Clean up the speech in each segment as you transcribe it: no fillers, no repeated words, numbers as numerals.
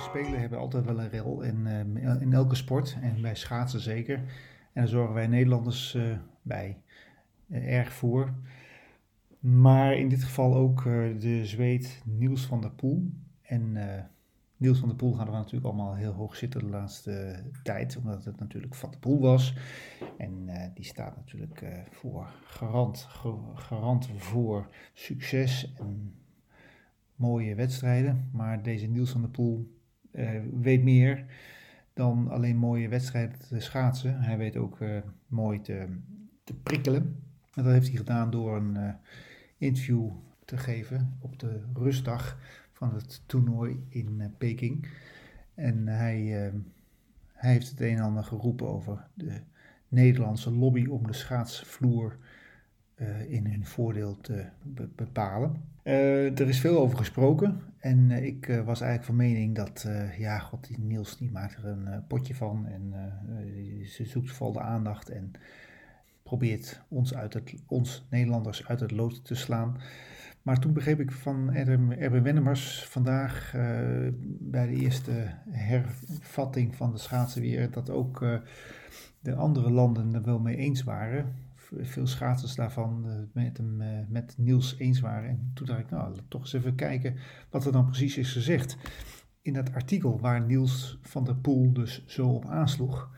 Spelen hebben altijd wel een rol in elke sport en bij schaatsen zeker. En daar zorgen wij Nederlanders bij erg voor. Maar in dit geval ook de Zweed Niels van der Poel. En Niels van der Poel hadden we natuurlijk allemaal heel hoog zitten de laatste tijd, omdat het natuurlijk Van der Poel was. En die staat natuurlijk voor garant voor succes en mooie wedstrijden. Maar deze Niels van der Poel weet meer dan alleen mooie wedstrijden te schaatsen. Hij weet ook mooi te prikkelen. En dat heeft hij gedaan door een interview te geven op de rustdag van het toernooi in Peking. En hij heeft het een en ander geroepen over de Nederlandse lobby om de schaatsvloer in hun voordeel te bepalen. Er is veel over gesproken en ik was eigenlijk van mening dat, die Niels die maakt er een potje van en ze zoekt vooral de aandacht en probeert ons Nederlanders uit het lood te slaan. Maar toen begreep ik van Erwin Wennemars vandaag bij de eerste hervatting van de schaatsen weer dat ook de andere landen er wel mee eens waren. Veel schaatsers daarvan met Niels eens waren. En toen dacht ik, laat toch eens even kijken wat er dan precies is gezegd in dat artikel waar Niels van der Poel dus zo op aansloeg.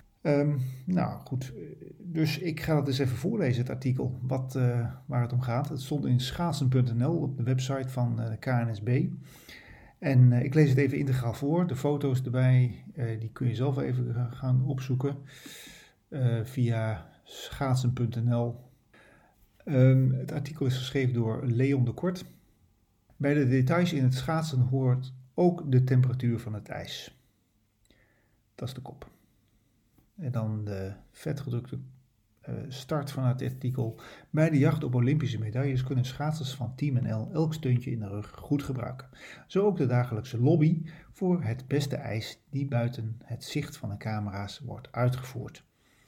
Dus ik ga dat eens even voorlezen, het artikel, waar het om gaat. Het stond in schaatsen.nl op de website van de KNSB. En ik lees het even integraal voor. De foto's erbij, die kun je zelf even gaan opzoeken via schaatsen.nl. Het artikel is geschreven door Leon de Kort. Bij de details in het schaatsen hoort ook de temperatuur van het ijs. Dat is de kop. En dan de vetgedrukte start van het artikel. Bij de jacht op Olympische medailles kunnen schaatsers van Team NL elk steuntje in de rug goed gebruiken. Zo ook de dagelijkse lobby voor het beste ijs die buiten het zicht van de camera's wordt uitgevoerd.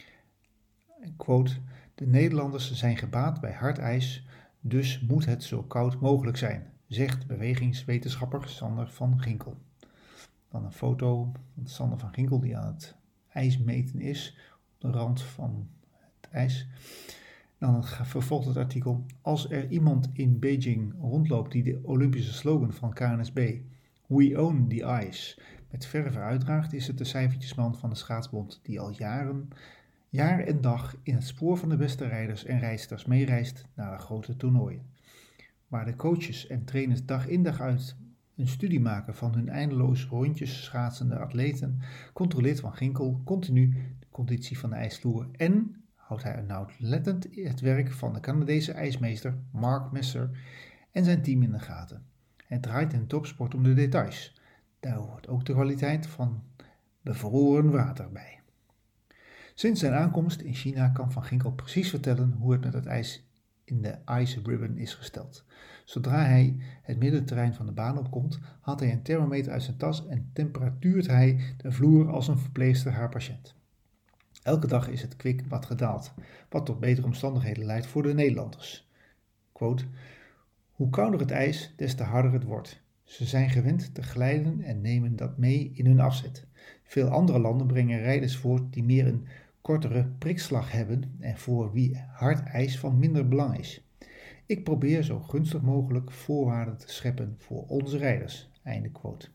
Quote, de Nederlanders zijn gebaat bij hard ijs, dus moet het zo koud mogelijk zijn, zegt bewegingswetenschapper Sander van Ginkel. Dan een foto van Sander van Ginkel die aan het ijs meten is, op de rand van het ijs. Dan vervolgt het artikel, als er iemand in Beijing rondloopt die de Olympische slogan van KNSB, We Own the Ice, met verve uitdraagt, is het de cijfertjesman van de schaatsbond die al jaar en dag in het spoor van de beste rijders en rijdsters meereist naar de grote toernooien. Waar de coaches en trainers dag in dag uit een studie maken van hun eindeloos rondjes schaatsende atleten, controleert Van Ginkel continu de conditie van de ijsvloer en houdt hij nauwlettend het werk van de Canadese ijsmeester Mark Messer en zijn team in de gaten. Het draait in de topsport om de details. Daar hoort ook de kwaliteit van bevroren water bij. Sinds zijn aankomst in China kan Van Ginkel precies vertellen hoe het met het ijs in de Ice Ribbon is gesteld. Zodra hij het middenterrein van de baan opkomt, haalt hij een thermometer uit zijn tas en temperatuurt hij de vloer als een verpleegster haar patiënt. Elke dag is het kwik wat gedaald, wat tot betere omstandigheden leidt voor de Nederlanders. Quote, hoe kouder het ijs, des te harder het wordt. Ze zijn gewend te glijden en nemen dat mee in hun afzet. Veel andere landen brengen rijders voort die meer een kortere prikslag hebben en voor wie hard ijs van minder belang is. Ik probeer zo gunstig mogelijk voorwaarden te scheppen voor onze rijders. Einde quote.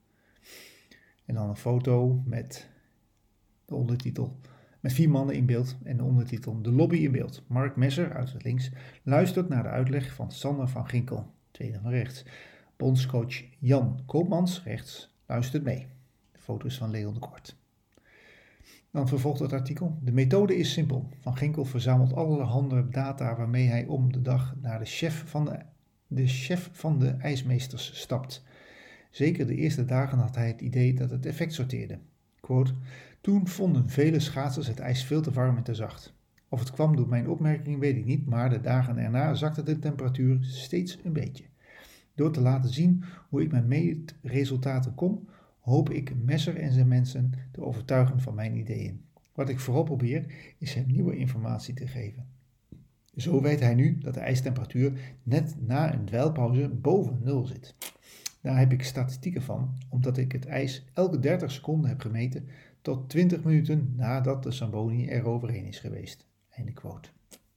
En dan een foto met de ondertitel, met 4 mannen in beeld en de ondertitel De lobby in beeld. Mark Messer, uit het links, luistert naar de uitleg van Sander van Ginkel, tweede van rechts. Bondscoach Jan Koopmans, rechts, luistert mee. De foto is van Leon de Kort. Dan vervolgt het artikel. De methode is simpel. Van Ginkel verzamelt allerhande data waarmee hij om de dag naar de chef van de ijsmeesters stapt. Zeker de eerste dagen had hij het idee dat het effect sorteerde. Quote, toen vonden vele schaatsers het ijs veel te warm en te zacht. Of het kwam door mijn opmerking weet ik niet, maar de dagen erna zakte de temperatuur steeds een beetje. Door te laten zien hoe ik met meetresultaten kom, hoop ik Messer en zijn mensen te overtuigen van mijn ideeën. Wat ik vooral probeer, is hem nieuwe informatie te geven. Zo weet hij nu dat de ijstemperatuur net na een dweilpauze boven 0 zit. Daar heb ik statistieken van, omdat ik het ijs elke 30 seconden heb gemeten tot 20 minuten nadat de Zamboni er overheen is geweest. Einde quote.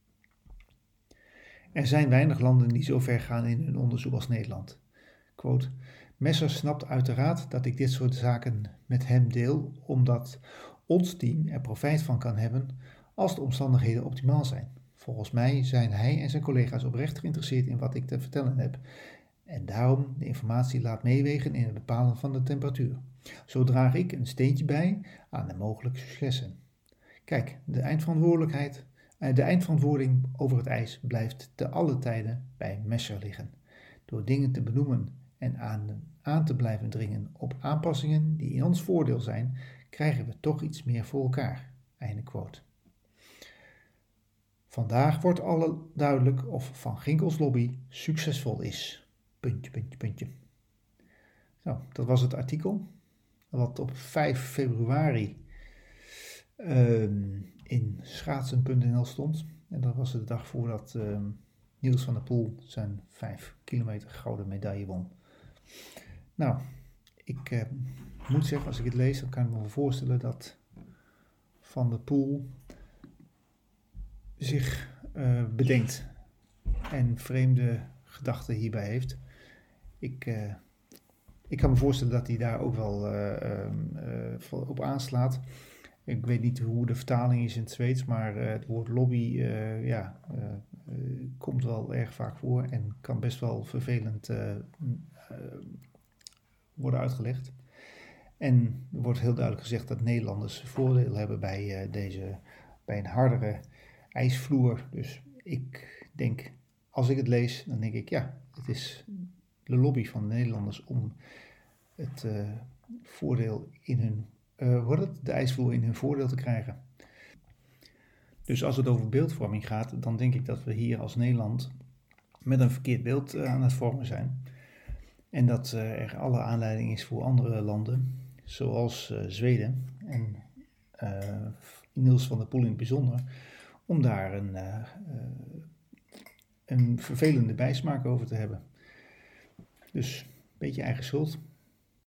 Er zijn weinig landen die zo ver gaan in hun onderzoek als Nederland. Quote, Messer snapt uiteraard dat ik dit soort zaken met hem deel, omdat ons team er profijt van kan hebben als de omstandigheden optimaal zijn. Volgens mij zijn hij en zijn collega's oprecht geïnteresseerd in wat ik te vertellen heb en daarom de informatie laat meewegen in het bepalen van de temperatuur. Zo draag ik een steentje bij aan de mogelijke successen. Kijk, de eindverantwoording over het ijs blijft te alle tijden bij Messer liggen. Door dingen te benoemen en aan te blijven dringen op aanpassingen die in ons voordeel zijn, krijgen we toch iets meer voor elkaar. Einde quote. Vandaag wordt alle duidelijk of Van Ginkels lobby succesvol is. Puntje, puntje, puntje. Zo, dat was het artikel wat op 5 februari in schaatsen.nl stond. En dat was de dag voordat Niels van der Poel zijn 5 kilometer gouden medaille won. Nou, ik moet zeggen, als ik het lees, dan kan ik me voorstellen dat Van der Poel zich bedenkt en vreemde gedachten hierbij heeft. Ik kan me voorstellen dat hij daar ook wel op aanslaat. Ik weet niet hoe de vertaling is in het Zweeds, maar het woord lobby komt wel erg vaak voor en kan best wel vervelend worden uitgelegd. En er wordt heel duidelijk gezegd dat Nederlanders voordeel hebben bij een hardere ijsvloer. Dus ik denk, als ik het lees, dan denk ik, ja, het is de lobby van de Nederlanders om het voordeel in hun, de ijsvloer in hun voordeel te krijgen. Dus als het over beeldvorming gaat, dan denk ik dat we hier als Nederland met een verkeerd beeld aan het vormen zijn. En dat er alle aanleiding is voor andere landen, zoals Zweden en Niels van der Poel in het bijzonder, om daar een vervelende bijsmaak over te hebben. Dus een beetje eigen schuld.